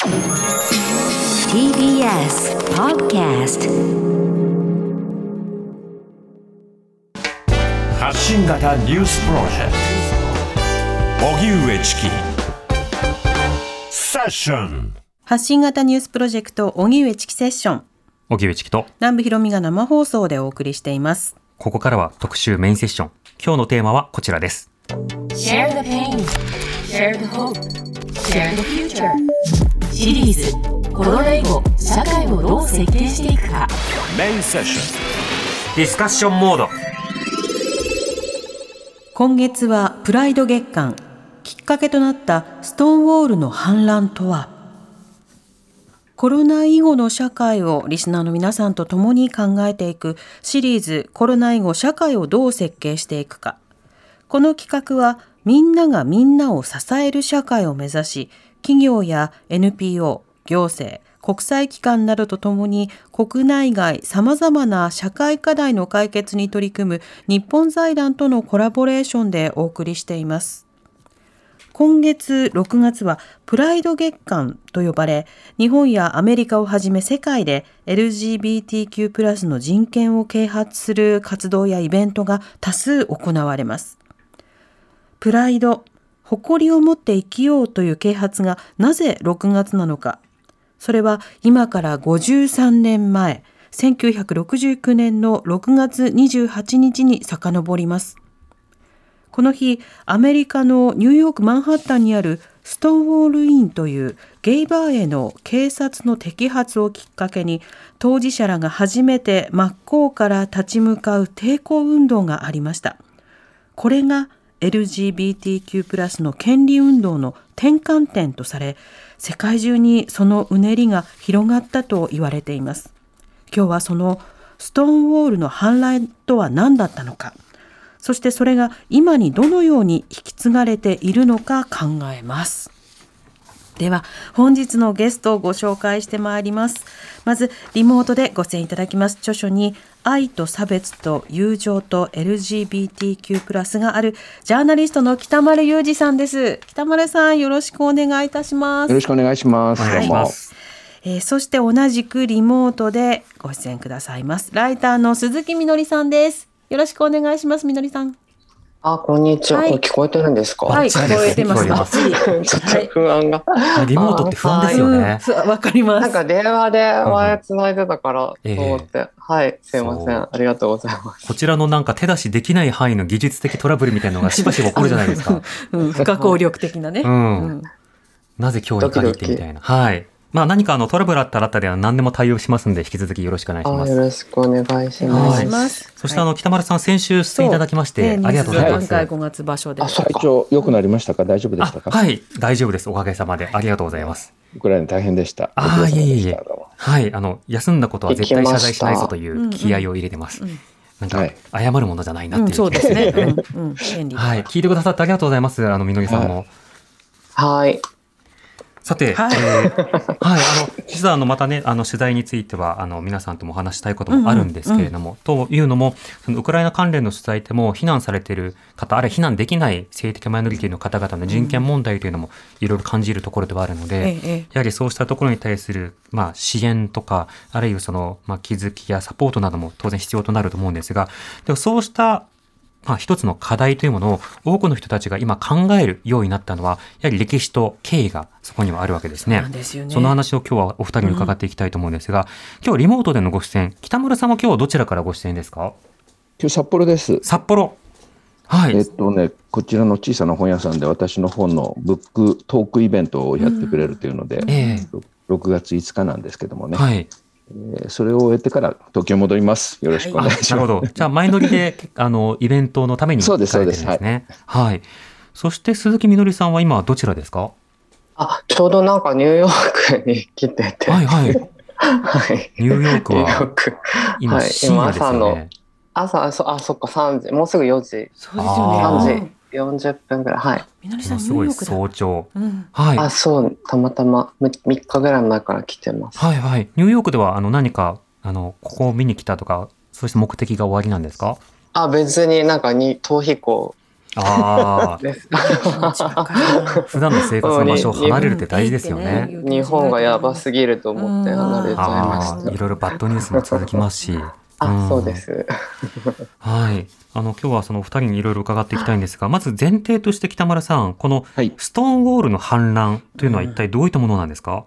TBS Podcast 発信型ニュースプロジェクト荻上チキセッション。 発信型ニュースプロジェクト荻上チキセッション、 荻上チキと南部ひろみが生放送でお送りしています。 ここからは特集メインセッション。今日のテーマはこちらです。 Share the pain, share the hope, share the future シリーズコロナ以後社会をどう設計していくか。 メインセッション。 ディスカッションモード。 今月はプライド月間。きっかけとなったストーンウォールの反乱とは。コロナ以後の社会をリスナーの皆さんと共に考えていくシリーズコロナ以後社会をどう設計していくか。この企画はみんながみんなを支える社会を目指し、企業や NPO、行政、国際機関などとともに国内外さまざまな社会課題の解決に取り組む日本財団とのコラボレーションでお送りしています。今月6月はプライド月間と呼ばれ、日本やアメリカをはじめ世界で LGBTQ+ の人権を啓発する活動やイベントが多数行われます。プライド、誇りを持って生きようという啓発がなぜ6月なのか。それは今から53年前、1969年の6月28日に遡ります。この日、アメリカのニューヨークマンハッタンにあるストーンウォールインというゲイバーへの警察の摘発をきっかけに、当事者らが初めて真っ向から立ち向かう抵抗運動がありました。これがLGBTQ+ の権利運動の転換点とされ、世界中にそのうねりが広がったと言われています。今日はそのストーンウォールの反乱とは何だったのか、そしてそれが今にどのように引き継がれているのか考えます。では本日のゲストをご紹介してまいります。まずリモートでご出演いただきます著書に愛と差別と友情と LGBTQ+ があるジャーナリストの北丸裕二さんです。北丸さん、よろしくお願いいたします。 よろしくお願いします。 お願いします。 そして同じくリモートでご出演くださいますライターの鈴木みのりさんです。よろしくお願いします。みのりさん。 こんにちは。 はい、 聞こえてるんですか？ はい、聞こえてます。 ちょっと不安が。 リモートって不安ですよね。 わかります。 なんか電話で前つないでたからと思って、はい、すいません。ありがとうございます。 こちらのなんか手出しできない範囲の技術的トラブルみたいなのがしばしば起こるじゃないですか。 不可抗力的なね。 なぜ今日に限ってみたいな。はい。まあ何かトラブルあったらでは何でも対応しますので、引き続きよろしくお願いします。 よろしくお願いします。 そして北丸さん、先週出演いただきまして、ありがとうございます。 今回5月場所で。 体調良くなりましたか？大丈夫でしたか？ はい、大丈夫です。おかげさまで。ありがとうございます。 ウクライナ大変でした。 いえいえ。はい、休んだことは絶対謝罪しないぞという気合を入れてます。なんか謝るものじゃないなっていう。 そうですね。はい、 聞いてくださってありがとうございます。みのりさんも。 はい。 さて、実はまたね、取材については皆さんともお話したいこともあるんですけれども、というのも、そのウクライナ関連の取材でも避難されている方、あるいは避難できない性的マイノリティの方々の人権問題というのもいろいろ感じるところではあるので、やはりそうしたところに対する支援とか、あるいは気づきやサポートなども当然必要となると思うんですが、でもそうした一つの課題というものを多くの人たちが今考えるようになったのは、やはり歴史と経緯がそこにはあるわけですね。その話を今日はお二人に伺っていきたいと思うんですが、今日リモートでのご出演、北村さんは今日どちらからご出演ですか？ 今日札幌です。 札幌。はい。 こちらの小さな本屋さんで私の本のブックトークイベントをやってくれるというので、6月5日なんですけどもね。はい。それを終えてから東京戻ります。よろしくお願いします。 なるほど。じゃあ前乗りでイベントのために行かれてるんですね。はい。そして鈴木みのりさんは今どちらですか？ ちょうどなんかニューヨークに来てて。はいはい。 はい。ニューヨークは今深夜ですよね。 朝そっか3時、もうすぐ4時。そうですよね。3時。40分ぐらい。はい。 みのりさん、 すごい早朝。 はい。そう、たまたま3日ぐらい前から来てます。 はいはい。ニューヨークでは何かここを見に来たとか、そうした目的が終わりなんですか？ 別になんか逃避行あです。 普段の生活の場所を離れるって大事ですよね。 日本がやばすぎると思って離れちゃいました。 いろいろバッドニュースも続きますし。 そうです。 はい。今日はそのお二人にいろいろ伺っていきたいんですが、まず前提として北村さん、このストーンウォールの反乱というのは一体どういったものなんですか？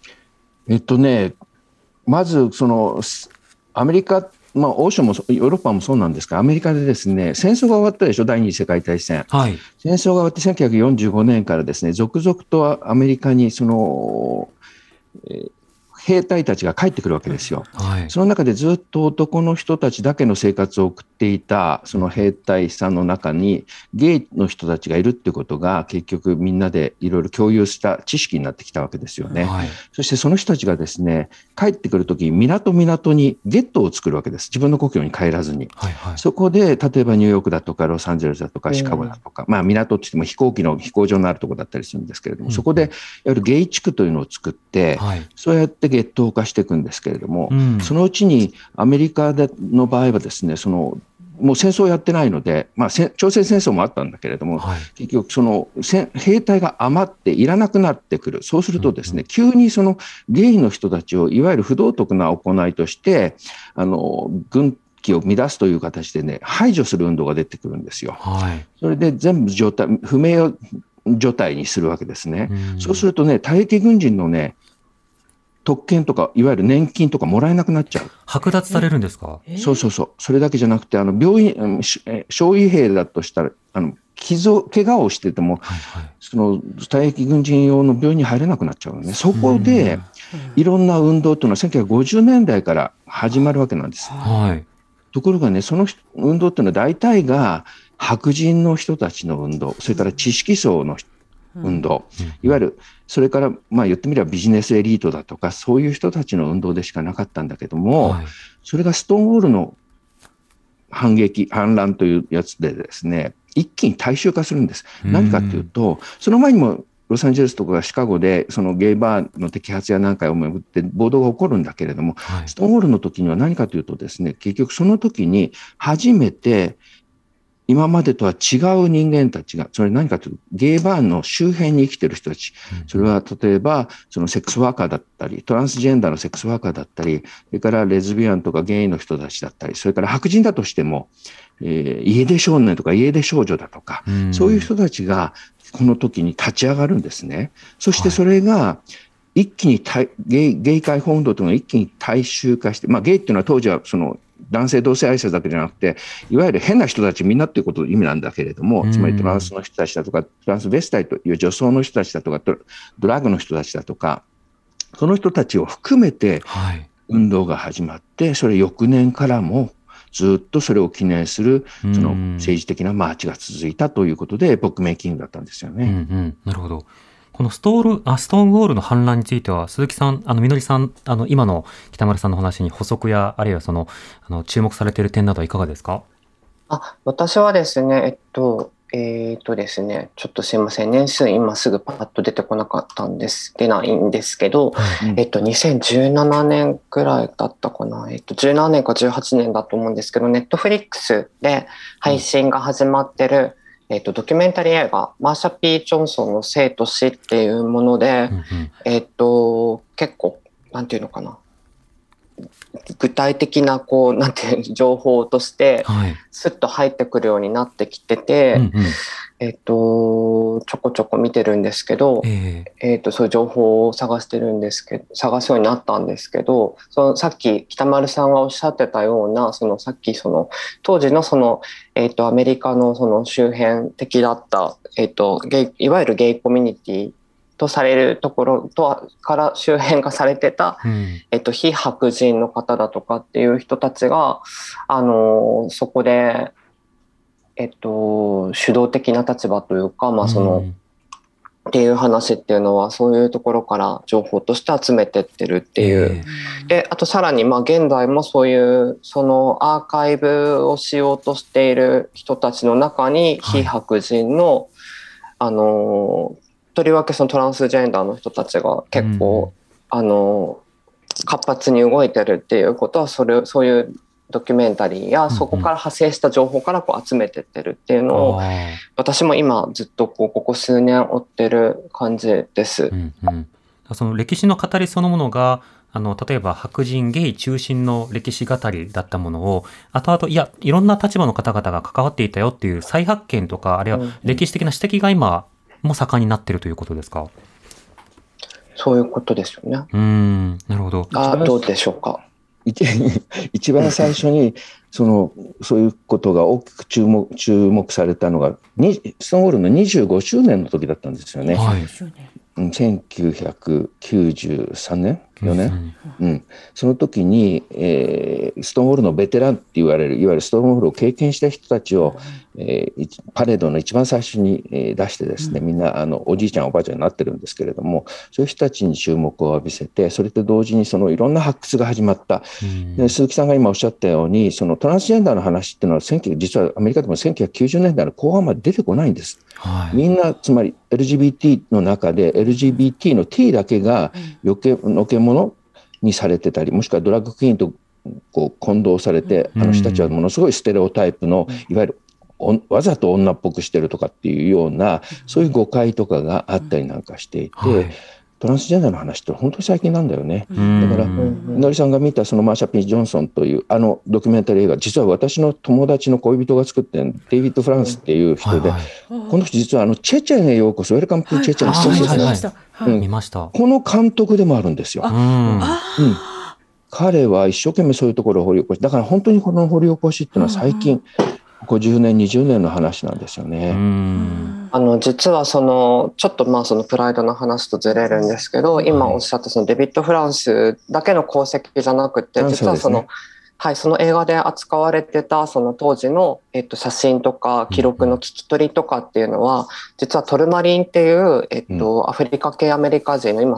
まずそのアメリカ、欧州もヨーロッパもそうなんですが、アメリカでですね、戦争が終わったでしょ、第二次世界大戦。 はい、 戦争が終わって1945年からですね、続々とアメリカにその、兵隊たちが帰ってくるわけですよ。 はい、 その中でずっと男の人たちだけの生活を送っていたその兵隊さんの中にゲイの人たちがいるっていうことが結局みんなでいろいろ共有した知識になってきたわけですよね。 はい、 そしてその人たちがですね、帰ってくるときに港にゲットを作るわけです。自分の故郷に帰らずに、 はいはい、 そこで例えばニューヨークだとかロサンゼルスだとかシカゴだとか、港って言っても飛行機の飛行場のあるところだったりするんですけれども、そこでいわゆるゲイ地区というのを作って、 はい、 そうやってゲット化していくんですけれども、そのうちにアメリカの場合はですね、もう戦争をやってないので、朝鮮戦争もあったんだけれども、結局その兵隊が余っていらなくなってくる。そうするとですね、急にそのゲイの人たちをいわゆる不道徳な行いとして軍紀を乱すという形でね、排除する運動が出てくるんですよ。 はい、 それで全部不名状態にするわけですね。そうするとね、退役軍人のね、特権とかいわゆる年金とかもらえなくなっちゃう。 剥奪されるんですか？ そう。それだけじゃなくて傷痍兵だとしたら怪我をしてても、その退役軍人用の病院に入れなくなっちゃうのね。そこでいろんな運動というのは1950年代から始まるわけなんです。 はい、 ところがね、その運動っていうのは大体が白人の人たちの運動、それから知識層の運動、いわゆるそれから言ってみればビジネスエリートだとかそういう人たちの運動でしかなかったんだけども、それがストーンウォールの反乱というやつでですね、一気に大衆化するんです。何かというと、その前にもロサンゼルスとかシカゴでそのゲイバーの摘発やなんかをめぐって暴動が起こるんだけれども、ストーンウォールの時には何かというとですね、結局その時に初めて今までとは違う人間たちが、それ何かというとゲイバーの周辺に生きている人たち、それは例えばそのセックスワーカーだったり、トランスジェンダーのセックスワーカーだったり、それからレズビアンとかゲイの人たちだったり、それから白人だとしても、家出少年とか家出少女だとか、そういう人たちがこの時に立ち上がるんですね。そしてそれが一気にゲイ解放運動というのが一気に大衆化して、ゲイっていうのは当時はその男性同性愛者だけじゃなくて、いわゆる変な人たちみんなっていうこと意味なんだけれども、つまりトランスの人たちだとか、トランスベスタイという女装の人たちだとか、ドラッグの人たちだとか、その人たちを含めて運動が始まって、それ翌年からもずっとそれを記念するその政治的なマーチが続いたということで、エポックメイキングだったんですよね。 なるほど。このストーンウォールの反乱については、鈴木さん、みのりさん、今の北村さんの話に補足や、あるいは注目されている点などはいかがですか？ 私はですね、ですね、ちょっとすいません、年数今すぐパッと出ないんですけど、2017年くらいだったかな、17年か18年だと思うんですけど、ネットフリックスで配信が始まってる、ドキュメンタリー映画、マーシャ・P・ジョンソンの生と死っていうもので、結構、なんていうのかな、具体的ななんていう情報としてスッと入ってくるようになってきてて、ちょこちょこ見てるんですけど、そういう情報を探すようになったんですけど、さっき北丸さんがおっしゃってたような、さっき当時のアメリカの周辺的だった、いわゆるゲイコミュニティとされるところから周辺化されてた、非白人の方だとかっていう人たちが、そこで、主導的な立場というか、っていう話っていうのはそういうところから情報として集めてってるっていう、であとさらに現在もそういうそのアーカイブをしようとしている人たちの中に非白人の、とりわけトランスジェンダーの人たちが結構、活発に動いてるっていうことはそういうドキュメンタリーやそこから派生した情報からこう集めてってるっていうのを、私も今ずっとここ数年追ってる感じです。 その歴史の語りそのものが例えば白人ゲイ中心の歴史語りだったものを後々いろんな立場の方々が関わっていたよっていう再発見とか、あるいは歴史的な指摘が今も盛んになっているということですか？ そういうことですよね。 なるほど。 どうでしょうか。 一番最初にそういうことが大きく注目されたのがストーンウォールの25周年の時だったんですよね。1993年4年、その時に、ストーンウォールのベテランって言われる、いわゆるストーンウォールを経験した人たちを、パレードの一番最初に、出してですね、みんなおじいちゃんおばあちゃんになってるんですけれども、そういう人たちに注目を浴びせて、それと同時にいろんな発掘が始まった。で鈴木さんが今おっしゃったようにトランスジェンダーの話っていうのは実はアメリカでも1990年代の後半まで出てこないんです。みんなつまり LGBT の中で LGBT の T だけがのけ者にされてたり、もしくはドラッグクイーンとこう混同されて、人たちはものすごいステレオタイプのいわゆるわざと女っぽくしてるとかっていうようなそういう誤解とかがあったりなんかしていて、トランスジェンダーの話って本当に最近なんだよね。だからみのりさんが見たマーシャ・P・ジョンソンというドキュメンタリー映画、実は私の友達の恋人が作ってるデイビッド・フランスっていう人で、この人実はチェチェンへようこそ、ウェルカム・トゥ・チェチェンって見ました。この監督でもあるんですよ。彼は一生懸命そういうところを掘り起こし、だから本当にこの掘り起こしっていうのは最近50年20年の話なんですよね。 実はちょっとプライドの話とずれるんですけど、今おっしゃったデビッド・フランスだけの功績じゃなくて、実はその映画で扱われてた当時の、写真とか記録の聞き取りとかっていうのは、実はトルマリンっていう、アフリカ系アメリカ人の今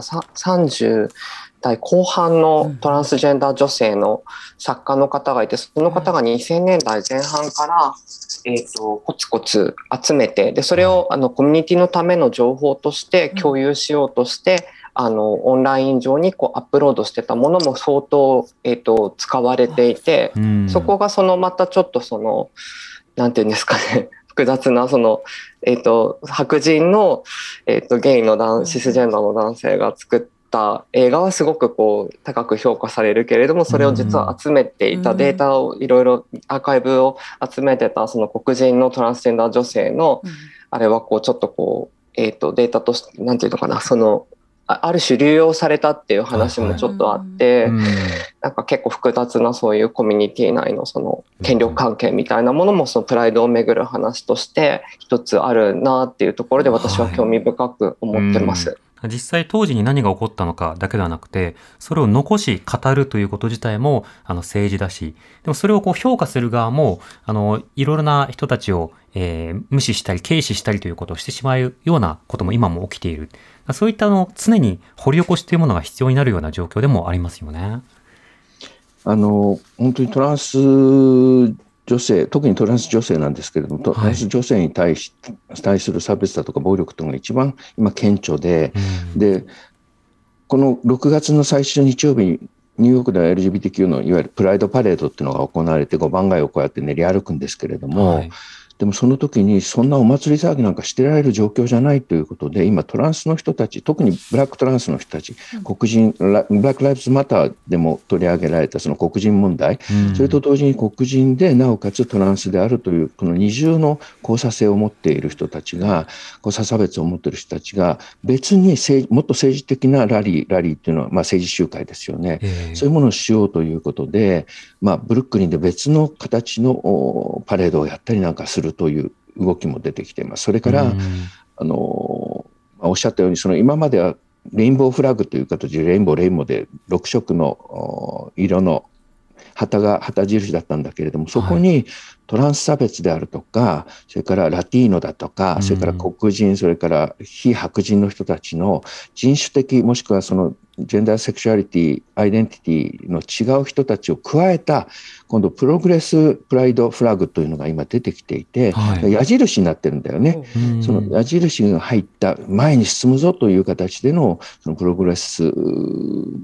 30代後半のトランスジェンダー女性の作家の方がいて、その方が2000年代前半からコツコツ集めて、でそれをコミュニティのための情報として共有しようとして、オンライン上にアップロードしてたものも相当、使われていて、そこがまたちょっとなんていうんですかね、複雑な白人の、ゲイのシスジェンダーの男性が作った映画はすごく高く評価されるけれども、それを実は集めていたデータをいろいろアーカイブを集めてた黒人のトランスジェンダー女性のあれはちょっとデータとしてなんていうのかな、ある種流用されたっていう話もちょっとあって、なんか結構複雑なそういうコミュニティ内の権力関係みたいなものもプライドをめぐる話として一つあるなっていうところで、私は興味深く思ってます。 実際当時に何が起こったのかだけではなくて、それを残し語るということ自体も政治だし、でもそれを評価する側もいろいろな人たちを、無視したり軽視したりということをしてしまうようなことも今も起きている。そういった常に掘り起こしというものが必要になるような状況でもありますよね。 本当にトランス女性、特にトランス女性なんですけれども、トランス女性に対する差別だとか暴力というのが一番今顕著で、でこの6月の最終日曜日にニューヨークでは LGBTQ のいわゆるプライドパレードっていうのが行われて、5番街をこうやって練り歩くんですけれども、でもその時にそんなお祭り騒ぎなんかしてられる状況じゃないということで、今トランスの人たち、特にブラックトランスの人たち、黒人ブラックライブズマターでも取り上げられたその黒人問題、それと同時に黒人でなおかつトランスであるというこの二重の交差性を持っている人たちが、交差差別を持っている人たちが別にもっと政治的なラリーっていうのは政治集会ですよね、そういうものをしようということで、ブルックリンで別の形のパレードをやったりなんかするという動きも出てきています。それから、おっしゃったように今まではレインボーフラッグという形でレインボーで6色の色の旗印だったんだけれども、そこにトランス差別であるとか、それからラティーノだとか、それから黒人、それから非白人の人たちの人種的もしくはジェンダーセクシュアリティアイデンティティの違う人たちを加えた今度プログレスプライドフラッグというのが今出てきていて、矢印になってるんだよね。その矢印が入った前に進むぞという形でのそのプログレスプ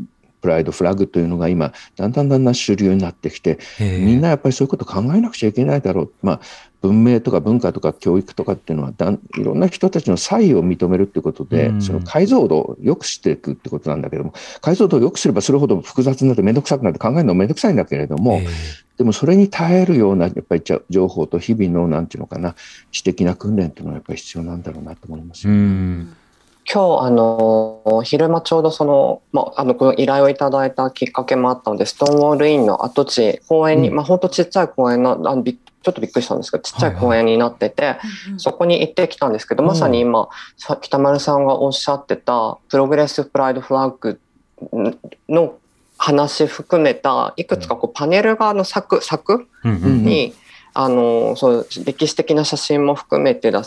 プライドフラッグというのが今だんだん主流になってきて、みんなやっぱりそういうことを考えなくちゃいけないだろう、文明とか文化とか教育とかっていうのはいろんな人たちの差異を認めるってことで、その解像度を良くしていくってことなんだけども、解像度を良くすればするほど複雑になって面倒くさくなって考えるの面倒くさいんだけれども、でもそれに耐えるようなやっぱり情報と日々のなんていうのかな、知的な訓練というのはやっぱり必要なんだろうなと思いますよね。 今日昼間ちょうどこの依頼をいただいたきっかけもあったので、ストーンウォールインの跡地公園に、本当ちっちゃい公園のちょっとびっくりしたんですけど、ちっちゃい公園になってて、そこに行ってきたんですけど、まさに今北丸さんがおっしゃってたプログレスプライドフラッグの話含めたいくつかこうパネルが柵にそう歴史的な写真も含めて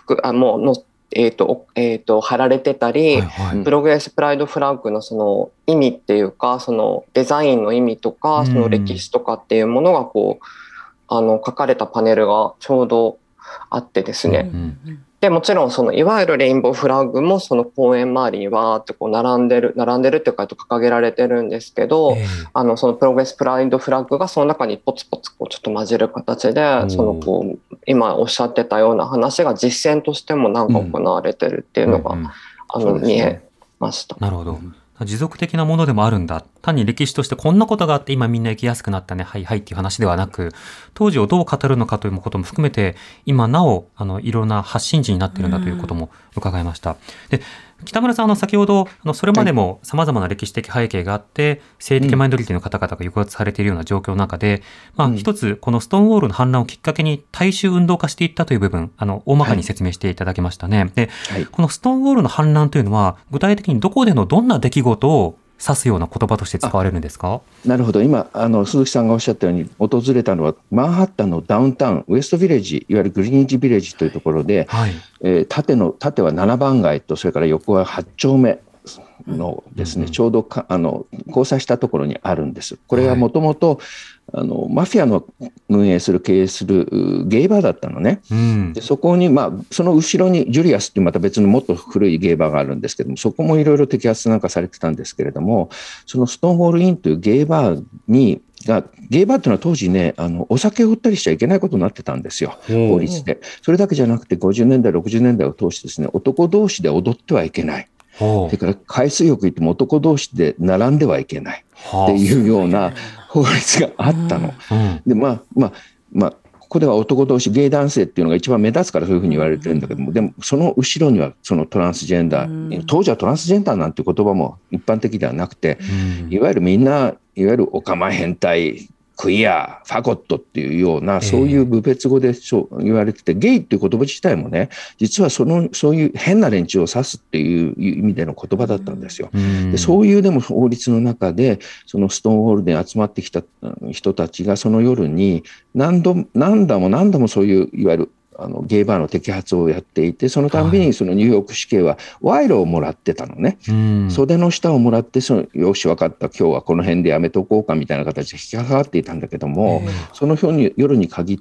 貼られてたり、プログレスプライドフラッグのその意味っていうか、そのデザインの意味とか、その歴史とかっていうものがこう書かれたパネルがちょうどあってですね、でもちろんそのいわゆるレインボーフラッグもその公園周りにわーってこう並んでるっていうか掲げられてるんですけど、そのプログレスプライドフラッグがその中にポツポツこうちょっと混じる形で、そのこう今おっしゃってたような話が実践としてもなんか行われてるっていうのが見えました。 なるほど。持続的なものでもあるんだ。単に歴史としてこんなことがあって今みんな生きやすくなったね、はいはいっていう話ではなく、当時をどう語るのかということも含めて、今なおいろんな発信地になっているんだということも伺いました。で、北村さん先ほどそれまでもさまざまな歴史的背景があって、性的マイノリティの方々が抑圧されているような状況の中で、一つこのストーンウォールの反乱をきっかけに大衆運動化していったという部分、大まかに説明していただきましたね。で、このストーンウォールの反乱というのは具体的にどこでのどんな出来事を指すような言葉として使われるんですか？ なるほど。今鈴木さんがおっしゃったように、訪れたのはマンハッタンのダウンタウンウエストビレッジ、いわゆるグリーンイッジビレッジというところで、縦は7番街とそれから横は8丁目のですね、ちょうど交差したところにあるんです。これがもともとマフィアの経営するゲイバーだったのね。でそこにその後ろにジュリアスっていうまた別のもっと古いゲイバーがあるんですけども、そこもいろいろ摘発なんかされてたんですけれども、そのストーンウォールインというゲイバーっていうのは当時ね、お酒を売ったりしちゃいけないことになってたんですよ、法律で。それだけじゃなくて50年代60年代を通してですね、男同士で踊ってはいけない、それから海水浴行っても男同士で並んではいけないっていうような法律があったの。でここでは男同士ゲイ男性っていうのが一番目立つからそういうふうに言われてるんだけども、でもその後ろにはそのトランスジェンダー、当時はトランスジェンダーなんていう言葉も一般的ではなくて、いわゆるみんないわゆるオカマ変態クイアファゴットっていうようなそういう部別語でそう言われてて、ゲイっていう言葉自体もね、実はそういう変な連中を指すっていう意味での言葉だったんですよ。でそういうでも法律の中でそのストーンウォールで集まってきた人たちがその夜に何度もそういういわゆるゲイバーの摘発をやっていて、そのたんびにそのニューヨーク市警は賄賂をもらってたのね。袖の下をもらって、よし分かった、今日はこの辺でやめとこうかみたいな形で引きかかっていたんだけども、その夜に限って、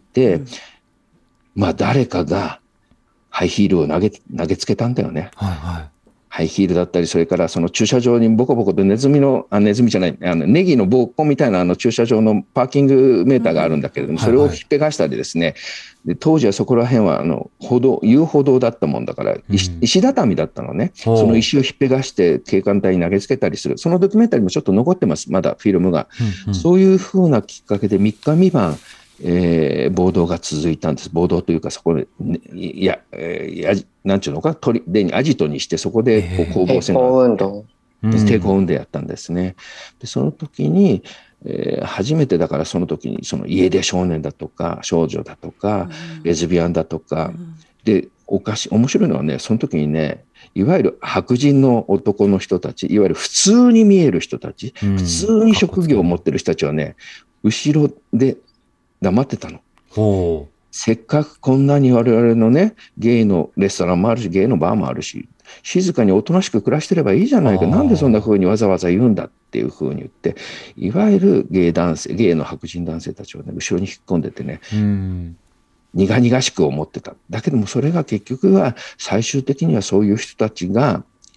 誰かがハイヒールを投げつけたんだよね。ハイヒールだったり、それからその駐車場にボコボコとネギの棒っこみたいな駐車場のパーキングメーターがあるんだけれども、それをひっぺがしたりですね、で当時はそこら辺は遊歩道だったもんだから石畳だったのね。その石をひっぺがして警官隊に投げつけたりする、そのドキュメンタリーもちょっと残ってます、まだフィルムが。そういうふうなきっかけで3日3晩暴動が続いたんです。暴動というか、そこでなんちゅうのか、アジトにしてそこで攻防戦が抵抗運動やったんですね。でその時に初めてだから、その時にその家出少年だとか少女だとかレズビアンだとかで、面白いのはね、その時にね、いわゆる白人の男の人たち、いわゆる普通に見える人たち、普通に職業を持ってる人たちはね、後ろで黙ってたの。せっかくこんなに我々のね、ゲイのレストランもあるし、ゲイのバーもあるし、静かにおとなしく暮らしてればいいじゃないか、なんでそんな風にわざわざ言うんだっていう風に言って、いわゆるゲイの白人男性たちをね、後ろに引っ込んでてね、苦々しく思ってた。だけどもそれが結局は最終的にはそういう人たちが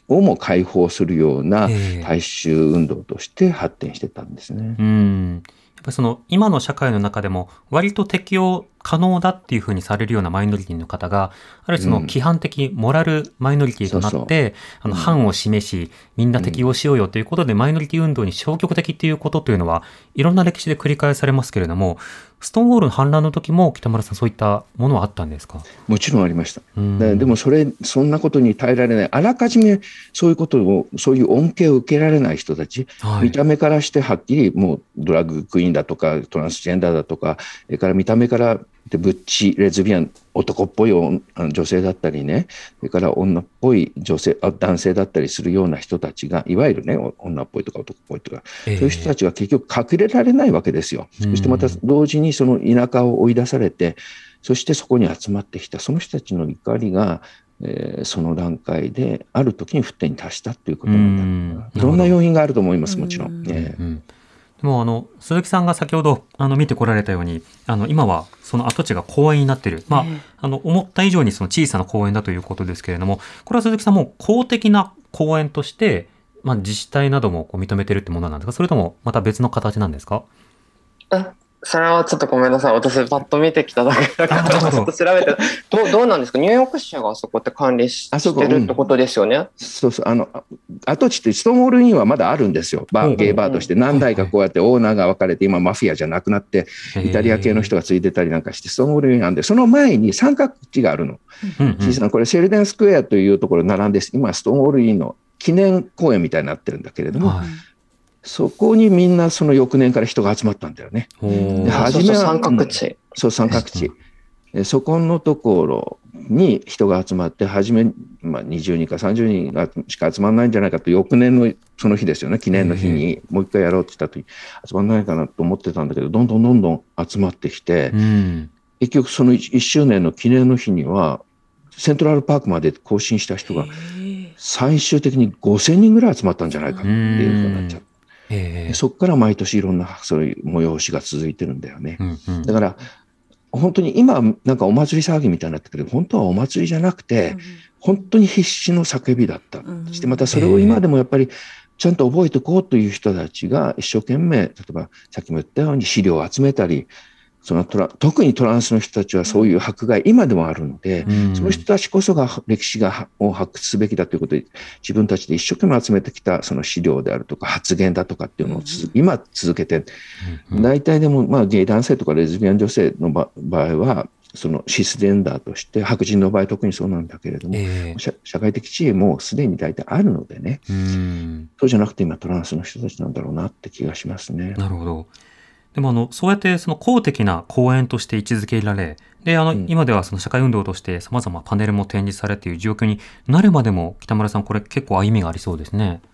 をも解放するような大衆運動として発展してたんですね。 やっぱりその今の社会の中でも割と適用可能だっていうふうにされるようなマイノリティの方が、ある種その規範的モラルマイノリティとなって、範を示し、みんな適用しようよということで、マイノリティ運動に消極的っていうことというのは、いろんな歴史で繰り返されますけれども、ストーンウォールの反乱の時も北村さん、そういったものはあったんですか？ もちろんありました。でもそんなことに耐えられない、あらかじめそういう恩恵を受けられない人たち、見た目からしてはっきりもうドラッグクイーンだとかトランスジェンダーだとか、それから見た目からブッチレズビアン、男っぽい女性だったりね、それから女っぽい男性だったりするような人たちが、いわゆるね、女っぽいとか男っぽいとか、そういう人たちが結局隠れられないわけですよ。そしてまた同時にその田舎を追い出されて、そしてそこに集まってきたその人たちの怒りが、その段階である時に沸点に達したということになる。いろんな要因があると思います、もちろん。 でも鈴木さんが先ほど見てこられたように、今はその跡地が公園になっている、思った以上にその小さな公園だということですけれども、これは鈴木さんも公的な公園として、自治体なども認めているってものなんですか？それともまた別の形なんですか？ それはちょっとごめんなさい。私パッと見てきただけだからちょっと調べてどうなんですか？ニューヨーク市があそこって管理してるってことですよね。 そう跡地ってストーンウォールインはまだあるんですよ。ゲイバーとして何台かこうやってオーナーが分かれて、今マフィアじゃなくなってイタリア系の人がついてたりなんかしてストーンウォールインなんで、その前に三角地があるの。小さなこれシェルデンスクエアというところ並んで、今ストーンウォールインの記念公園みたいになってるんだけれども、そこにみんなその翌年から人が集まったんだよね。 で初めは三角地。 三角地。そこのところに人が集まって、初め、20人か30人しか集まらないんじゃないかと、翌年のその日ですよね、記念の日にもう一回やろうって言った時集まらないかなと思ってたんだけど、どんどん集まってきて、結局その1周年の記念の日にはセントラルパークまで行進した人が最終的に5000人ぐらい集まったんじゃないかっていうふうになっちゃって。そこから毎年いろんなそういう催しが続いてるんだよね。だから本当に今なんかお祭り騒ぎみたいになってくるけど、本当はお祭りじゃなくて、本当に必死の叫びだった。そしてまたそれを今でもやっぱりちゃんと覚えておこうという人たちが一生懸命、例えばさっきも言ったように資料を集めたり、特にトランスの人たちはそういう迫害、今でもあるので、その人たちこそが歴史を発掘すべきだということで、自分たちで一生懸命集めてきたその資料であるとか発言だとかっていうのを今続けて、大体でもゲイ男性とかレズビアン女性の場合は、そのシスジェンダーとして、白人の場合特にそうなんだけれども、社会的地位もすでに大体あるのでね、そうじゃなくて今トランスの人たちなんだろうなって気がしますね。 なるほど。でもそうやってその公的な公園として位置づけられ、で今ではその社会運動としてさまざまパネルも展示されている状況になるまでも、北村さんこれ結構歩みがありそうですね。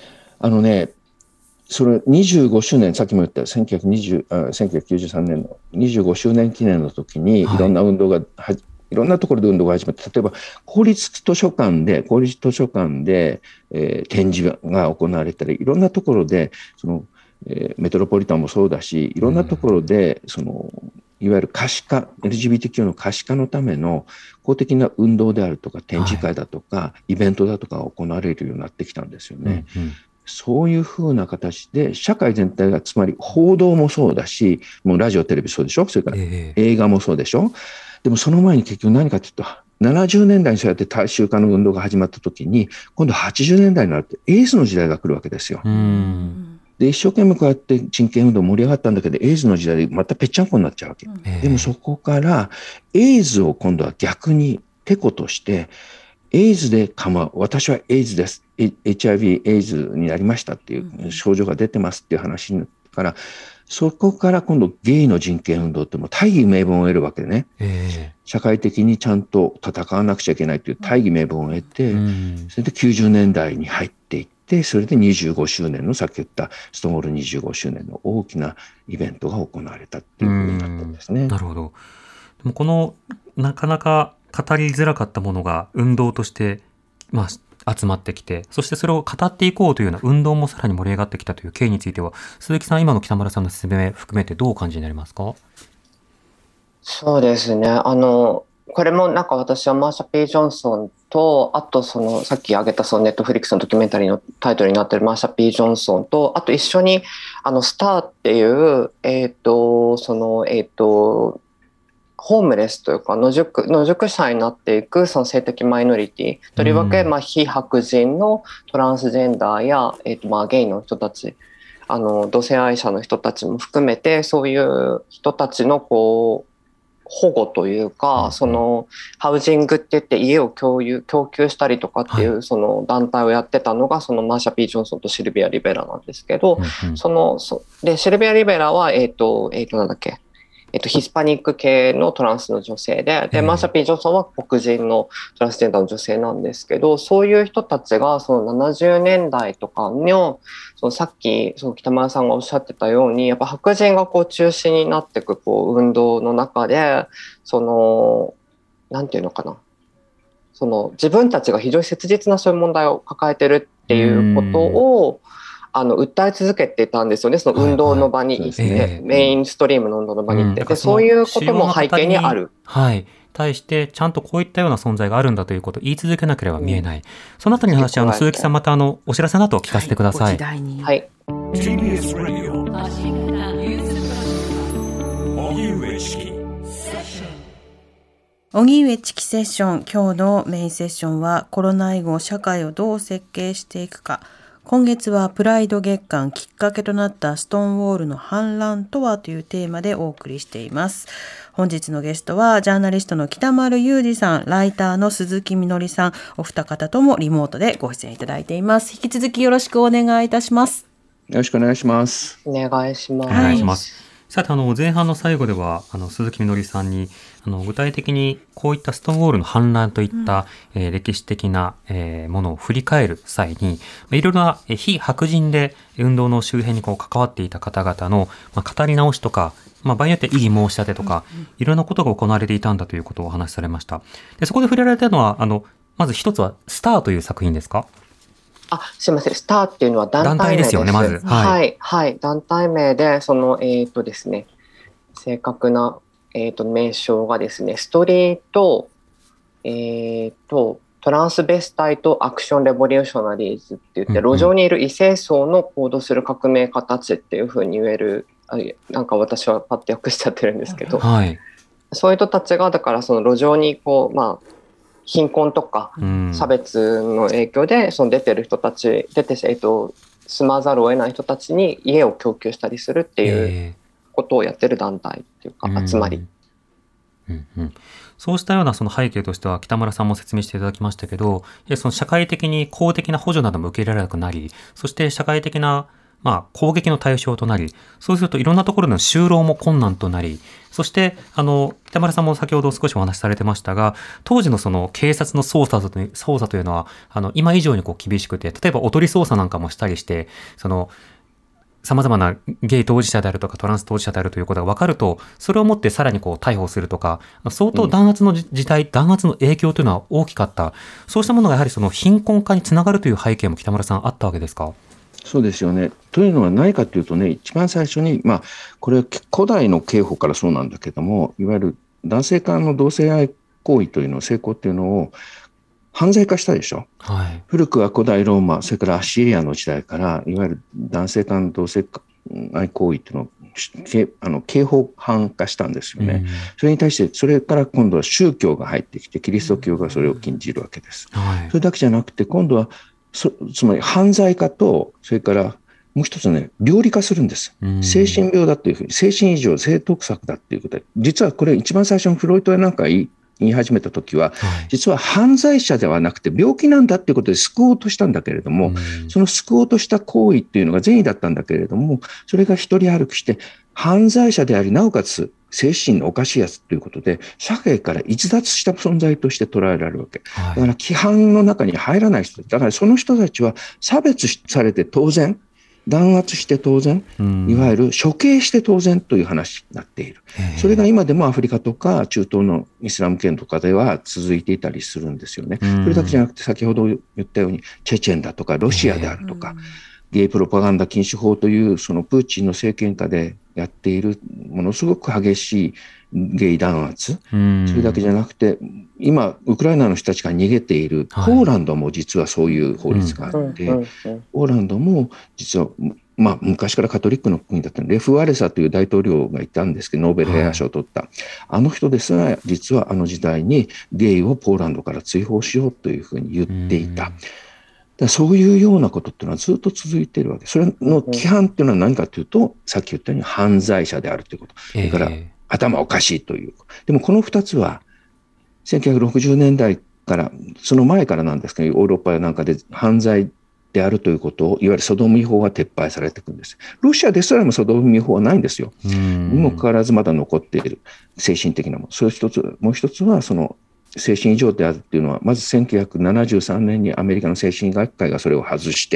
それ25周年、さっきも言った1993年の25周年記念の時にいろんな運動が、いろんなところで運動が始まって、例えば公立図書館で、展示が行われたり、いろんなところでメトロポリタンもそうだし、いろんなところでいわゆる可視化、LGBTQ の可視化のための公的な運動であるとか展示会だとか、イベントだとかが行われるようになってきたんですよね。そういうふうな形で社会全体が、つまり報道もそうだし、もうラジオテレビそうでしょ、それから映画もそうでしょ。でもその前に結局何かというと、70年代にそうやって大衆化の運動が始まった時に、今度80年代になるとエイズの時代が来るわけですよ。で一生懸命こうやって人権運動盛り上がったんだけど、エイズの時代でまたぺっちゃんこになっちゃうわけ。でもそこからエイズを今度は逆にテコとして、エイズで私はエイズです、HIV エイズになりましたっていう症状が出てますっていう話から、そこから今度ゲイの人権運動っても大義名分を得るわけでね、社会的にちゃんと戦わなくちゃいけないという大義名分を得て、それで90年代に入っていって、それで25周年のさっき言ったストーンウォール25周年の大きなイベントが行われたっていうふうになったんですね。 なるほど。でもこのなかなか語りづらかったものが運動として、集まってきて、そしてそれを語っていこうというような運動もさらに盛り上がってきたという経緯については、鈴木さん、今の北村さんの説明含めてどうお感じになりますか？ そうですね。 これもなんか私はマーシャ・P・ジョンソンと、あとそのさっき挙げたそのネットフリックスのドキュメンタリーのタイトルになってるマーシャ・P・ジョンソンと、あと一緒にスターっていうホームレスというか野宿者になっていくその性的マイノリティ、とりわけ非白人のトランスジェンダーやゲイの人たち、同性愛者の人たちも含めて、そういう人たちのこう保護というか、そのハウジングって言って家を供給したりとかっていうその団体をやってたのがそのマーシャ・P・ジョンソンとシルビア・リベラなんですけど、でシルビア・リベラはなんだっけ、ヒスパニック系のトランスの女性で、マーシャ・P・ジョンソンは黒人のトランスジェンダーの女性なんですけど、そういう人たちがその70年代とかの、そのさっきその北村さんがおっしゃってたように、やっぱ白人がこう中心になっていくこう運動の中で、そのなんていうのかな、その自分たちが非常に切実なそういう問題を抱えてるっていうことを訴え続けてたんですよね、その運動の場に行って、メインストリームの運動の場に行って、でそういうことも背景にある。 対してちゃんとこういったような存在があるんだということを言い続けなければ見えない、そのあたりの話、鈴木さんまたお知らせの後聞かせてください。 はい。 TBS Radio 荻上チキ荻上チキセッション、今日のメインセッションはコロナ以後社会をどう設計していくか。今月はプライド月間、きっかけとなったストーンウォールの反乱とはというテーマでお送りしています。本日のゲストはジャーナリストの北丸裕二さん、ライターの鈴木みのりさん、お二方ともリモートでご出演いただいています。引き続きよろしくお願いいたします。 よろしくお願いします。 お願いします。 お願いします。さて前半の最後では鈴木みのりさんに具体的にこういったストーンウォールの反乱といった、歴史的な、ものを振り返る際にいろいろな非白人で運動の周辺に関わっていた方々の、語り直しとか、場合によって異議申し立てとか、いろんなことが行われていたんだということをお話しされました。でそこで触れられたのはまず一つはスターという作品ですか？ すみません。スターっていうのは団体名です。 団体ですよね、まず。 はい。団体名で、その、ですね、正確な、名称がですね、ストリート、トランスベスタイトアクションレボリューショナリーズって言って、路上にいる異性層の行動する革命家たちっていうふうに言える、なんか私はパッと訳しちゃってるんですけど、そういう人たちが、だからその路上に貧困とか差別の影響でその出てる人たち住まざるを得ない人たちに家を供給したりするっていうことをやってる団体っていうか集まり、 そうしたようなその背景としては北村さんも説明していただきましたけど、その社会的に公的な補助なども受け入れられなくなり、そして社会的な攻撃の対象となり、そうするといろんなところの就労も困難となり、そして北村さんも先ほど少しお話しされてましたが、当時のその警察の捜査というのは今以上に厳しくて、例えばおとり捜査なんかもしたりして、様々なゲイ当事者であるとかトランス当事者であるということが分かると、それをもってさらに逮捕するとか、相当弾圧の弾圧の影響というのは大きかった。そうしたものがやはりその貧困化につながるという背景も北村さんあったわけですか？ そうですよね。というのは何かというとね、一番最初に、これは古代の刑法からそうなんだけども、いわゆる男性間の同性愛行為というのを、性交っていうのを犯罪化したでしょ。古くは古代ローマ、それからアッシリアの時代から、いわゆる男性間の同性愛行為っていうのを刑法犯化したんですよね。それに対して、それから今度は宗教が入ってきて、キリスト教がそれを禁じるわけです。それだけじゃなくて、今度はつまり犯罪化と、それからもう一つね、病理化するんです。精神病だっていうふうに、精神異常、性得策だっていうことで、実はこれ一番最初にフロイトやなんか言い始めたときは、実は犯罪者ではなくて病気なんだっていうことで救おうとしたんだけれども、その救おうとした行為っていうのが善意だったんだけれども、それが一人歩きして、犯罪者であり、なおかつ精神のおかしいやつということで、社会から逸脱した存在として捉えられるわけ。だから規範の中に入らない人、だからその人たちは差別されて当然、弾圧して当然、いわゆる処刑して当然という話になっている。それが今でもアフリカとか中東のイスラム圏とかでは続いていたりするんですよね。それだけじゃなくて、先ほど言ったようにチェチェンだとかロシアであるとか、ゲイプロパガンダ禁止法というそのプーチンの政権下でやっているものすごく激しいゲイ弾圧、それだけじゃなくて今ウクライナの人たちが逃げているポーランドも実はそういう法律があって、ポーランドも実は昔からカトリックの国だったレフ・ワレサという大統領がいたんですけど、ノーベル平和賞を取った、あの人ですら実はあの時代にゲイをポーランドから追放しようというふうに言っていた。そういうようなことっていうのはずっと続いているわけ。それの規範っていうのは何かというと、さっき言ったように犯罪者であるということ。それから頭おかしいという。でもこの2つは1960年代からその前からなんですけど、ヨーロッパやなんかで犯罪であるということをいわゆるソドム違法が撤廃されていくんです。ロシアですらもソドム違法はないんですよ。にもかかわらずまだ残っている精神的なもの。それ一つ、もう一つはその精神異常であるっていうのは、まず1973年にアメリカの精神医学会がそれを外して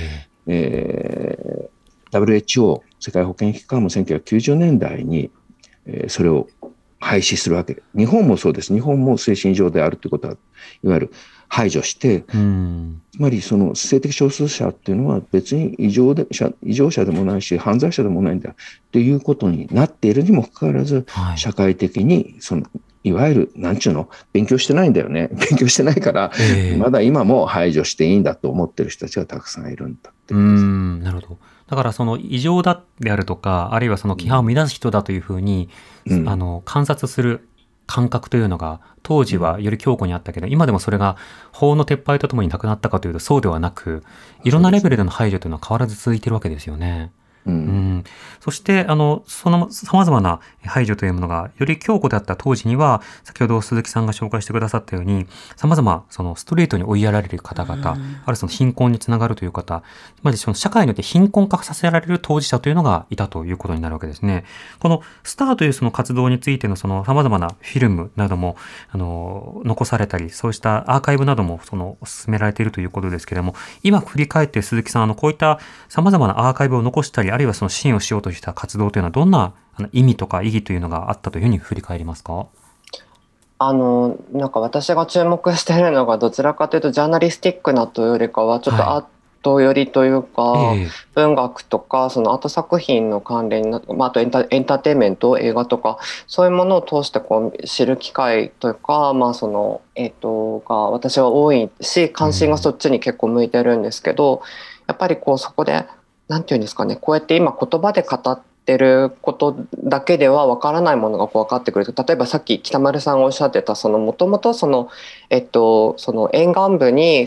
、WHO 世界保健機関も1990年代に、それを廃止するわけで、日本もそうです。日本も精神異常であるということはいわゆる排除して、つまりその性的少数者っていうのは別に異常者でもないし犯罪者でもないんだということになっているにもかかわらず、社会的にそのいわゆるなんちゅうの勉強してないんだよね。勉強してないから、まだ今も排除していいんだと思ってる人たちがたくさんいるんだってなるほど。だからその異常だであるとか、あるいはその規範を乱す人だというふうに、観察する感覚というのが当時はより強固にあったけど、今でもそれが法の撤廃とともになくなったかというとそうではなく、いろんなレベルでの排除というのは変わらず続いているわけですよね。そしてその様々な排除というものがより強固であった当時には、先ほど鈴木さんが紹介してくださったように、様々そのストレートに追いやられる方々、あるいはその貧困につながるという方、まずその社会によって貧困化させられる当事者というのがいたということになるわけですね。このスターというその活動についてのその様々なフィルムなども残されたり、そうしたアーカイブなども進められているということですけれども、今振り返って鈴木さんこういった様々なアーカイブを残したり、あるいはその支援をしようとした活動というのはどんな意味とか意義というのがあったというふうに振り返りますか？ なんか私が注目しているのがどちらかというとジャーナリスティックなというよりかはちょっとアート寄りというか、文学とかそのアート作品の関連な、あとエンターテインメント、映画とかそういうものを通して知る機会というか、が私は多いし、関心がそっちに結構向いてるんですけど、やっぱりそこでなんていうんですかね、こうやって今言葉で語ってることだけでは分からないものが分かってくる。例えばさっき北丸さんがおっしゃってたもともとその沿岸部に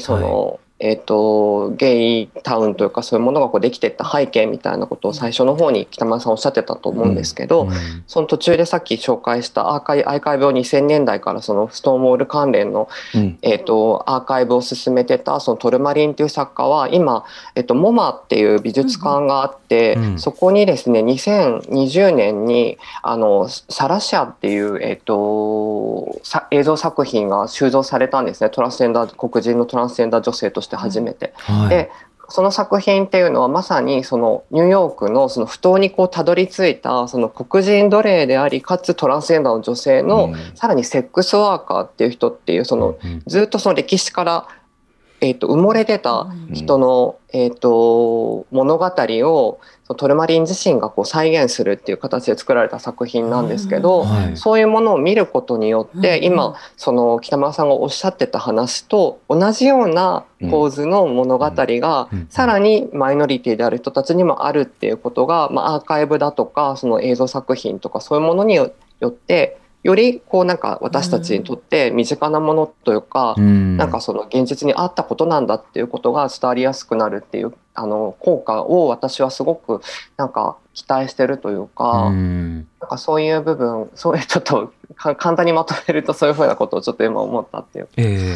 ゲイタウンというかそういうものができていった背景みたいなことを最初の方に北村さんおっしゃってたと思うんですけど、その途中でさっき紹介したアーカイブを2000年代からそのストーンウォール関連の、アーカイブを進めてたそのトルマリンという作家は今、モマっていう美術館があって、そこにですね2020年にサラシャっていう、映像作品が収蔵されたんですね。黒人のトランスジェンダー女性として初めて、でその作品っていうのはまさにそのニューヨークのその不当にたどり着いたその黒人奴隷でありかつトランスジェンダーの女性の、さらにセックスワーカーっていう人っていうずっとその歴史から埋もれてた人の、物語をトルマリン自身が再現するっていう形で作られた作品なんですけど、そういうものを見ることによって、今その北村さんがおっしゃってた話と同じような構図の物語がさらにマイノリティである人たちにもあるっていうことが、アーカイブだとかその映像作品とかそういうものによってよりなんか私たちにとって身近なものというか、なんかその現実にあったことなんだっていうことが伝わりやすくなるっていう効果を私はすごくなんか期待してるというか、なんかそういう部分、そういうちょっと簡単にまとめるとそういうふうなことをちょっと今思ったっていう。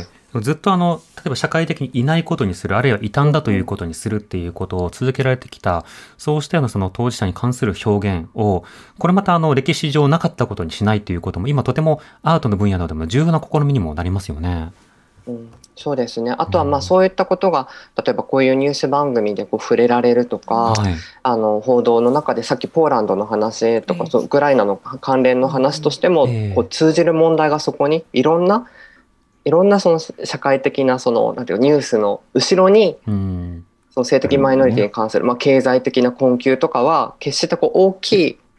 ずっと例えば社会的にいないことにする、あるいは異端だということにするっていうことを続けられてきた、そうしたようなその当事者に関する表現を、これまた歴史上なかったことにしないということも、今とてもアートの分野などでも重要な試みにもなりますよね。 そうですね。あとはそういったことが、例えばこういうニュース番組で触れられるとか、報道の中でさっきポーランドの話とか、ウクライナの関連の話としても、通じる問題がそこにいろんなその社会的ななんていうニュースの後ろに、その性的マイノリティに関する、経済的な困窮とかは決して大きい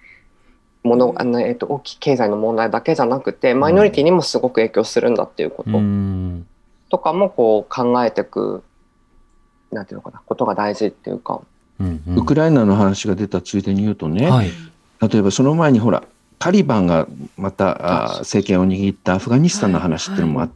大きい経済の問題だけじゃなくてマイノリティにもすごく影響するんだっていうこととかもこう考えていくなんていうのかなことが大事っていうか、 ウクライナの話が出たついでに言うとね、例えばその前にほらタリバンがまた政権を握ったアフガニスタンの話っていうのもあって、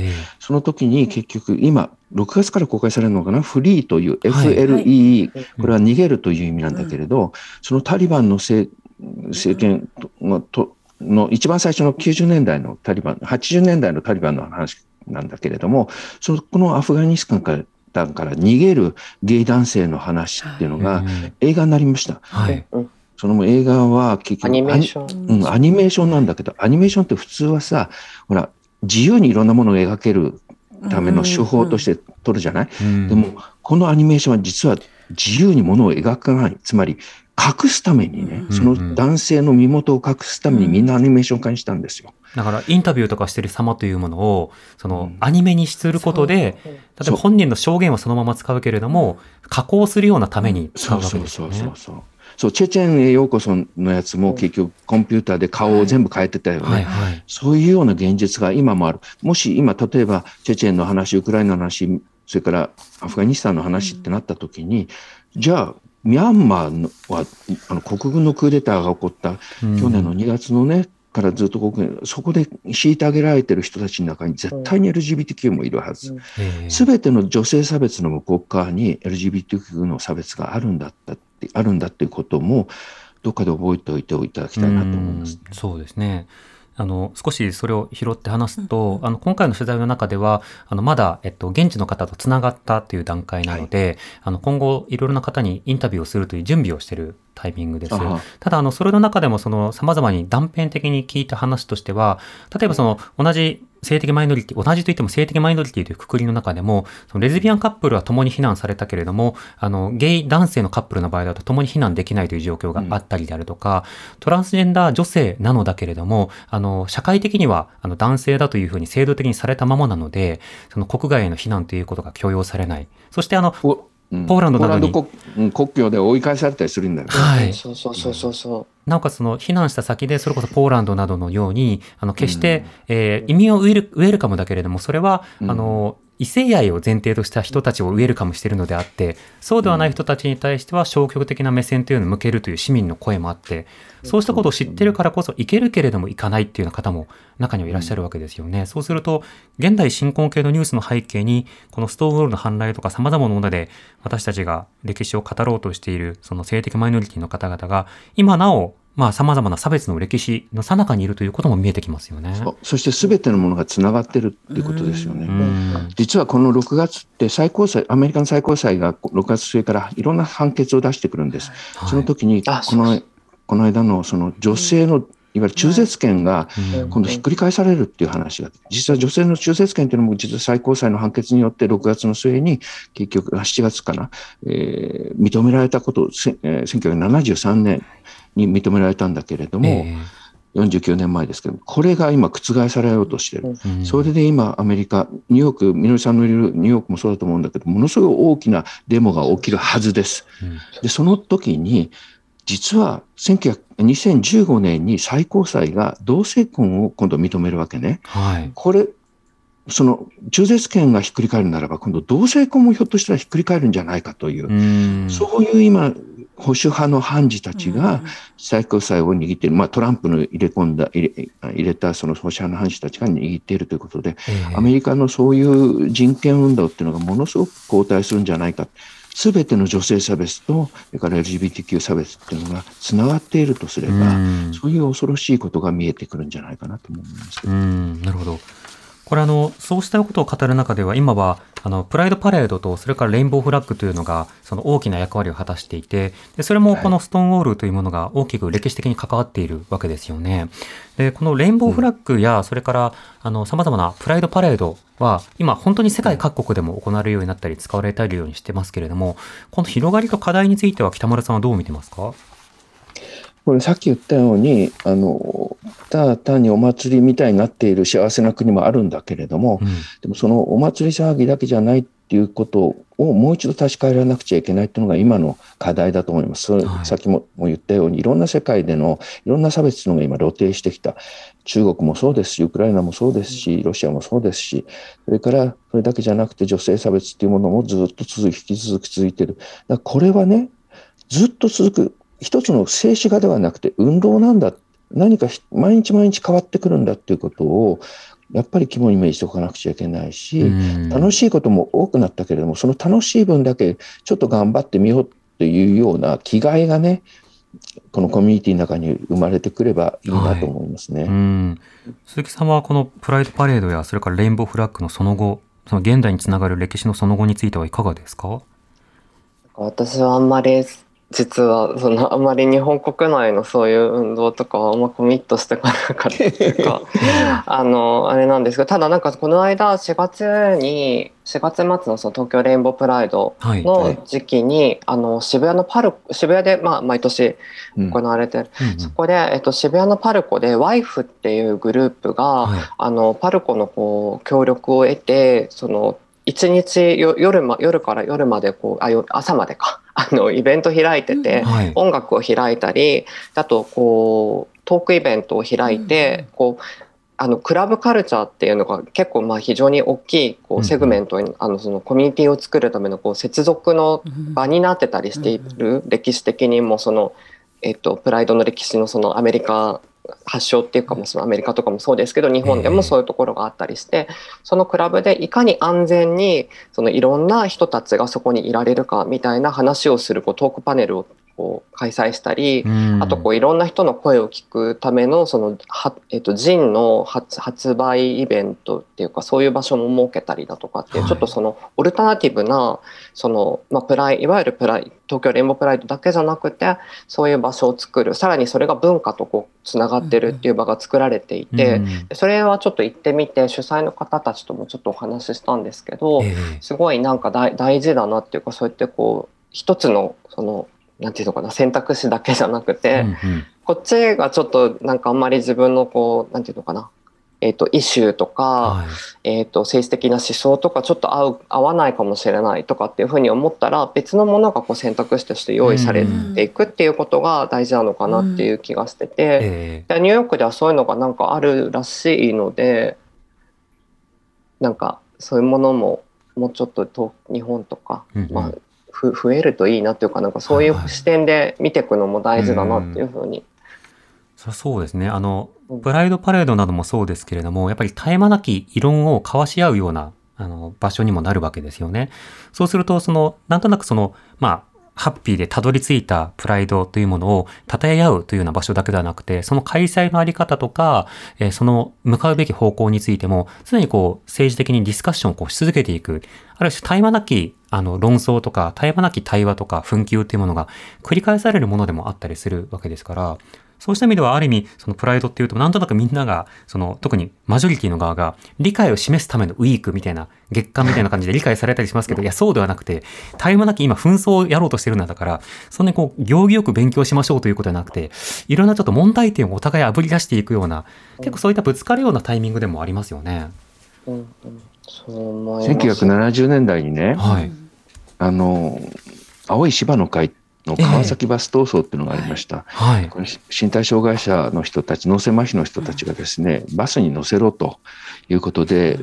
その時に結局今6月から公開されるのかな、フリーという FLEE、これは逃げるという意味なんだけれど、そのタリバンの政権の一番最初の90年代のタリバン、80年代のタリバンの話なんだけれども、このアフガニスタンから逃げるゲイ男性の話っていうのが映画になりました。その映画は結局アニメーションなんだけど、アニメーションって普通はさ、ほら自由にいろんなものを描けるための手法として撮るじゃない、でもこのアニメーションは実は自由にものを描かない、つまり隠すためにね、その男性の身元を隠すためにみんなアニメーション化にしたんですよ。 だからインタビューとかしてる様というものをそのアニメにすることで、例えば本人の証言はそのまま使うけれども加工するようなために使うわけですよね。 そうチェチェンへようこそのやつも結局コンピューターで顔を全部変えてたよね、そういうような現実が今もある。もし今例えばチェチェンの話、ウクライナの話、それからアフガニスタンの話ってなった時に、じゃあミャンマーは国軍のクーデターが起こった去年の2月のねからずっとそこで虐げられてる人たちの中に絶対に LGBTQ もいるはず。すべての女性差別の向こう側に LGBTQ の差別があるんだっていうこともどっかで覚えておいていただきたいなと思います、ね。 そうですね。少しそれを拾って話すと、今回の取材の中ではまだ、現地の方とつながったという段階なので、今後いろいろな方にインタビューをするという準備をしているタイミングです。ただそれの中でも様々に断片的に聞いた話としては、例えば同じ性的マイノリティ、同じといっても性的マイノリティという括りの中でも、レズビアンカップルは共に非難されたけれども、ゲイ男性のカップルの場合だと共に非難できないという状況があったりであるとか、トランスジェンダー女性なのだけれども、社会的には男性だというふうに制度的にされたままなので、国外への非難ということが許容されない。そしてポーランドなどに国境で追い返されたりするんだよね。 なおかつ避難した先でそれこそポーランドなどのように決して、移民をウェルカムだけれども、それは異性愛を前提とした人たちをウェルカムしているのであって、そうではない人たちに対しては消極的な目線というのを向けるという市民の声もあって、そうしたことを知っているからこそ行けるけれども行かないっていうような方も中にはいらっしゃるわけですよね。そうすると現代進行形のニュースの背景にこのストーンウォールの反乱とか様々なもので私たちが歴史を語ろうとしているその性的マイノリティの方々が今なお様々な差別の歴史の最中にいるということも見えてきますよね。 そして全てのものがつながっているということですよね。実はこの6月ってアメリカの最高裁が6月末からいろんな判決を出してくるんです。その時にこの間のその女性のいわゆる中絶権が今度ひっくり返されるっていう話が、実は女性の中絶権というのも実は最高裁の判決によって6月の末に結局7月かな、認められたこと、1973年に認められたんだけれども、49年前ですけど、これが今覆されようとしている。それで今アメリカ、ニューヨーク、みのりさんのいるニューヨークもそうだと思うんだけど、ものすごい大きなデモが起きるはずです。でその時に実は2015年に最高裁が同性婚を今度認めるわけね。これその中絶権がひっくり返るならば今度同性婚もひょっとしたらひっくり返るんじゃないかという、そういう今保守派の判事たちが最高裁を握っている、トランプの入れたその保守派の判事たちが握っているということで、アメリカのそういう人権運動っていうのがものすごく後退するんじゃないか。すべての女性差別とそれから LGBTQ 差別っていうのがつながっているとすれば、そういう恐ろしいことが見えてくるんじゃないかなと思いますけど。 なるほど。これそうしたことを語る中では今はプライドパレードとそれからレインボーフラッグというのがその大きな役割を果たしていて、でそれもこのストーンウォールというものが大きく歴史的に関わっているわけですよね。でこのレインボーフラッグやそれから様々なプライドパレードは今本当に世界各国でも行われるようになったり使われているようにしてますけれども、この広がりと課題については北村さんはどう見てますか？ これさっき言ったようにただ単にお祭りみたいになっている幸せな国もあるんだけれども、でもそのお祭り騒ぎだけじゃないってっていうことをもう一度確かめらなくちゃいけないっていうのが今の課題だと思います。さっきも言ったようにいろんな世界でのいろんな差別というのが今露呈してきた。中国もそうですし、ウクライナもそうですし、ロシアもそうですし、それからそれだけじゃなくて女性差別っていうものもずっと引き続き続いている。だからこれはね、ずっと続く一つの静止画ではなくて運動なんだ。何か毎日毎日変わってくるんだっていうことをやっぱり肝に銘じておかなくちゃいけないし、楽しいことも多くなったけれども、その楽しい分だけちょっと頑張ってみようっていうような気概がね、このコミュニティの中に生まれてくればいいなと思いますね。 鈴木さんはこのプライドパレードやそれからレインボーフラッグのその後、その現代につながる歴史のその後についてはいかがですか？ 私はあんまり実はあんまり日本国内のそういう運動とかはあんまコミットしてこなかったっていうかあれなんですけど、ただなんかこの間4月末の東京レインボープライドの時期に、渋谷で毎年行われてる、そこで、渋谷のパルコでワイフっていうグループが、パルコの協力を得て一日夜から夜まで朝までイベント開いてて、音楽を開いたり、あとトークイベントを開いて、クラブカルチャーっていうのが結構非常に大きいセグメントにそのコミュニティを作るための接続の場になってたりしている、歴史的にもプライドの歴史のアメリカ発祥っていうかもアメリカとかもそうですけど、日本でもそういうところがあったりして、そのクラブでいかに安全にいろんな人たちがそこにいられるかみたいな話をするトークパネルを開催したり、あといろんな人の声を聞くためのジンの発売イベントっていうか、そういう場所も設けたりだとかっていう、ちょっとオルタナティブないわゆる東京レインボープライドだけじゃなくて、そういう場所を作る、さらにそれが文化とつながってるっていう場が作られていて、それはちょっと行ってみて主催の方たちともちょっとお話ししたんですけど、すごいなんか大事だなっていうか、そうやって一つのなんていうのかな、選択肢だけじゃなくて、こっちがちょっとなんかあんまり自分のなんていうのかな、イシューとか、政治的な思想とかちょっと合わないかもしれないとかっていうふうに思ったら、別のものが選択肢として用意されていくっていうことが大事なのかなっていう気がしてて、ニューヨークではそういうのがなんかあるらしいので、なんかそういうものももうちょっと日本とか、増えるといいなっていうか、なんかそういう視点で見ていくのも大事だなっていうふうに。 そうですね。プライドパレードなどもそうですけれども、やっぱり絶え間なき異論を交わし合うような場所にもなるわけですよね。そうするとなんとなくハッピーでたどり着いたプライドというものを称え合うというような場所だけではなくて、その開催のあり方とか、その向かうべき方向についても常に政治的にディスカッションをし続けていく、ある種絶え間なき論争とか絶え間なき対話とか紛糾というものが繰り返されるものでもあったりするわけですから、そうした意味ではある意味プライドっていうと、なんとなくみんなが特にマジョリティの側が理解を示すためのウィークみたいな、月間みたいな感じで理解されたりしますけど、いやそうではなくて、絶え間なき今紛争をやろうとしてるんだから、そんなに行儀よく勉強しましょうということではなくて、いろんなちょっと問題点をお互いあぶり出していくような、結構そういったぶつかるようなタイミングでもありますよね。 1970年代にね、青い芝の会の川崎バス闘争っていうのがありました。これ身体障害者の人たち、脳性麻痺の人たちがですね、バスに乗せろということで、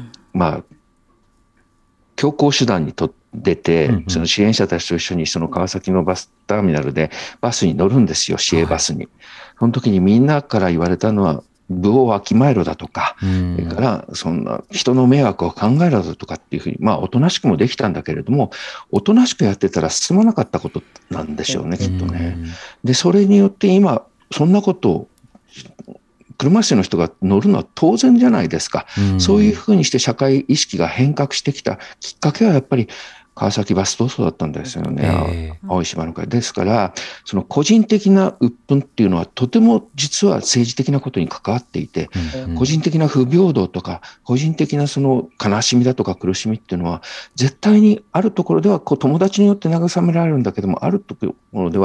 強行手段に出て、その支援者たちと一緒にその川崎のバスターミナルでバスに乗るんですよ、市営バスに。その時にみんなから言われたのは、部をわきまえろだとか、それからそんな人の迷惑を考えろだとかっていうふうに、おとなしくもできたんだけれども、おとなしくやってたら進まなかったことなんでしょうね、きっとね。で、それによって今、そんなことを、車椅子の人が乗るのは当然じゃないですか。そういうふうにして社会意識が変革してきたきっかけはやっぱり川崎バス闘争だったんですよね。青い芝の会ですから、その個人的な鬱憤っていうのはとても実は政治的なことに関わっていて、個人的な不平等とか個人的なその悲しみだとか苦しみっていうのは絶対にあるところでは友達によって慰められるんだけども、あるところでは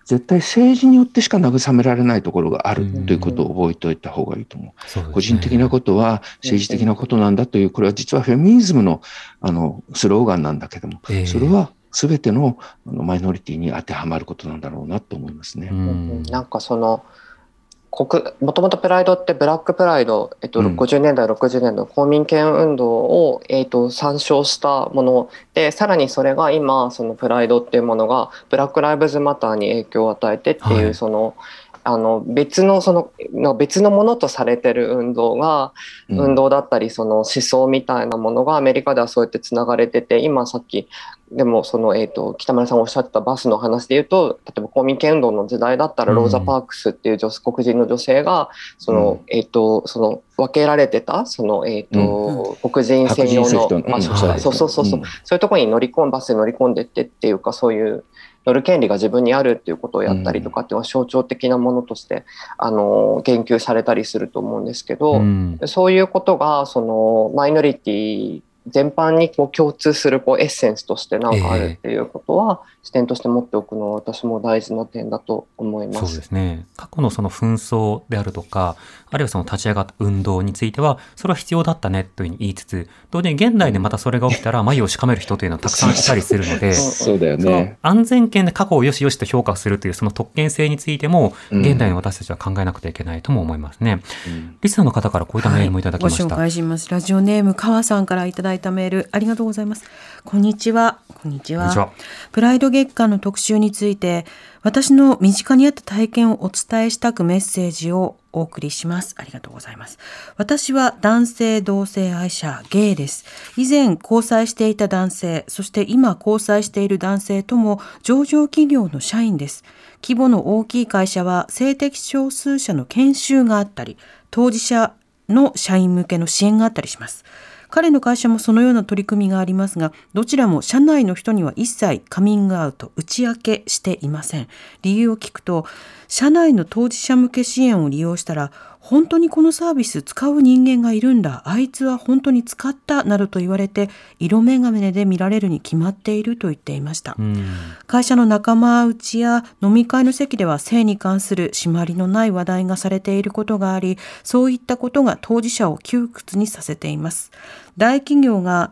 絶対政治によってしか慰められないところがあるということを覚えておいた方がいいと思う。 そうですね、 個人的なことは政治的なことなんだという、これは実はフェミニズムのスローガンなんだけども、それは全てのマイノリティに当てはまることなんだろうなと思いますね。 なんかもともとプライドってブラックプライド、50年代60年代公民権運動を、参照したもので、さらにそれが今そのプライドっていうものがブラックライブズマターに影響を与えてっていう、別のものとされてる運動だったり、その思想みたいなものがアメリカではそうやってつながれてて、今さっきでも北村さんおっしゃったバスの話で言うと、例えば公民権運動の時代だったらローザ・パークスっていう黒人の女性が分けられてた黒人専用の場所、そういうところにバスに乗り込んでってっていうか、そういう乗る権利が自分にあるっていうことをやったりとかっていうのは象徴的なものとして言及されたりすると思うんですけど、そういうことがマイノリティ全般に共通するエッセンスとしてなんかあるっていうことは、視点として持っておくのは私も大事な点だと思います。 そうですね。過去のその紛争であるとか、あるいはその立ち上がった運動についてはそれは必要だったねというふうに言いつつ、同時に現代でまたそれが起きたら眉をしかめる人というのはたくさんいたりするのでそうだよね。 安全圏で過去をよしよしと評価するというその特権性についても現代の私たちは考えなくてはいけないとも思いますね。リスナーの方からこういったメールもいただきました。 ご紹介します。ラジオネーム川さんからいただいたメール、ありがとうございます。こんにちは。プライド月間の特集について、私の身近にあった体験をお伝えしたくメッセージをお送りします。ありがとうございます。私は男性同性愛者ゲイです。以前交際していた男性、そして今交際している男性とも上場企業の社員です。規模の大きい会社は性的少数者の研修があったり、当事者の社員向けの支援があったりします。彼の会社もそのような取り組みがありますが、どちらも社内の人には一切カミングアウト、打ち明けしていません。理由を聞くと、社内の当事者向け支援を利用したら、本当にこのサービス使う人間がいるんだ、あいつは本当に使ったなどと言われて、色眼鏡で見られるに決まっていると言っていました。会社の仲間内や飲み会の席では性に関する締まりのない話題がされていることがあり、そういったことが当事者を窮屈にさせています。大企業が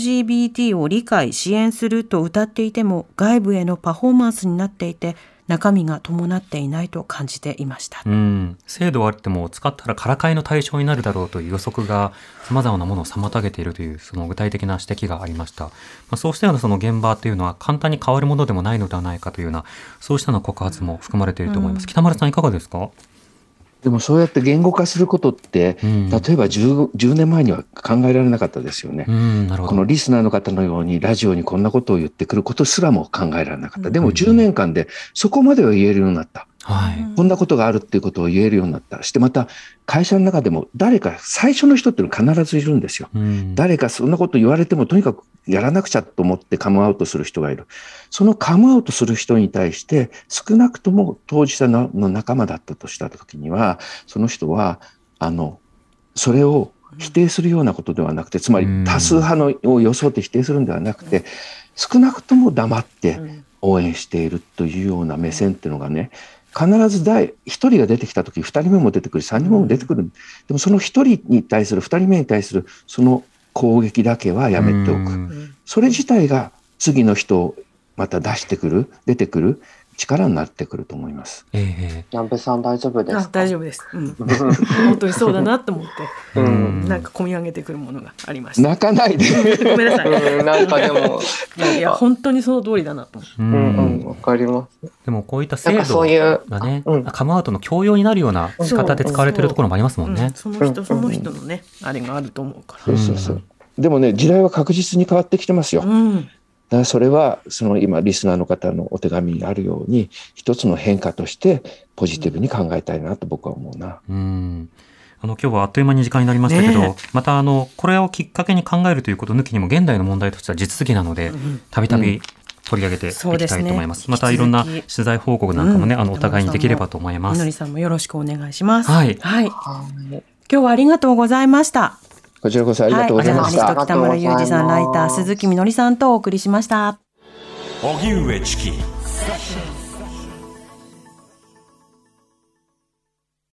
LGBT を理解支援すると謳っていても、外部へのパフォーマンスになっていて、中身が伴っていないと感じていました。 制度はあっても使ったらからかいの対象になるだろうという予測が様々なものを妨げているというその具体的な指摘がありました。そうしたようなその現場というのは簡単に変わるものでもないのではないかというような、そうしたような告発も含まれていると思います。北丸さんいかがですか？ でもそうやって言語化することって、例えば 10年前には考えられなかったですよね。このリスナーの方のようにラジオにこんなことを言ってくることすらも考えられなかった。でも10年間でそこまでは言えるようになった。こんなことがあるっていうことを言えるようになった。してまた会社の中でも誰か最初の人っていうのは必ずいるんですよ。誰かそんなこと言われてもとにかくやらなくちゃと思ってカムアウトする人がいる。そのカムアウトする人に対して少なくとも当事者の仲間だったとしたときには、その人はそれを否定するようなことではなくて、つまり多数派を装って否定するんではなくて、少なくとも黙って応援しているというような目線っていうのがね、必ず1人が出てきたとき2人目も出てくる、3人目も出てくる。でもその1人に対する2人目に対するその攻撃だけはやめておく。それ自体が次の人をまた出てくる力になってくると思います。 南部さん大丈夫ですか？ 大丈夫です。本当にそうだなと思って、なんか込み上げてくるものがありました。 泣かないで。 ごめんなさい。 なんかでもいや本当にその通りだなと思って。 わかります。 でもこういった制度がね、カムアウトの強要になるような仕方で使われているところもありますもんね。 その人のね、あれがあると思うから。 でもね、時代は確実に変わってきてますよ。だからそれは今リスナーの方のお手紙にあるように一つの変化としてポジティブに考えたいなと僕は思うな。 今日はあっという間に時間になりましたけど、またこれをきっかけに考えるということ抜きにも現代の問題としては地続きなので、たびたび取り上げていきたいと思います。またいろんな取材報告なんかもね、お互いにできればと思います。 みのりさんもよろしくお願いします。 はい。 今日はありがとうございました。 こちらこそありがとうございました。 北村裕二さん、ライター鈴木みのりさんとお送りしました。 荻上チキ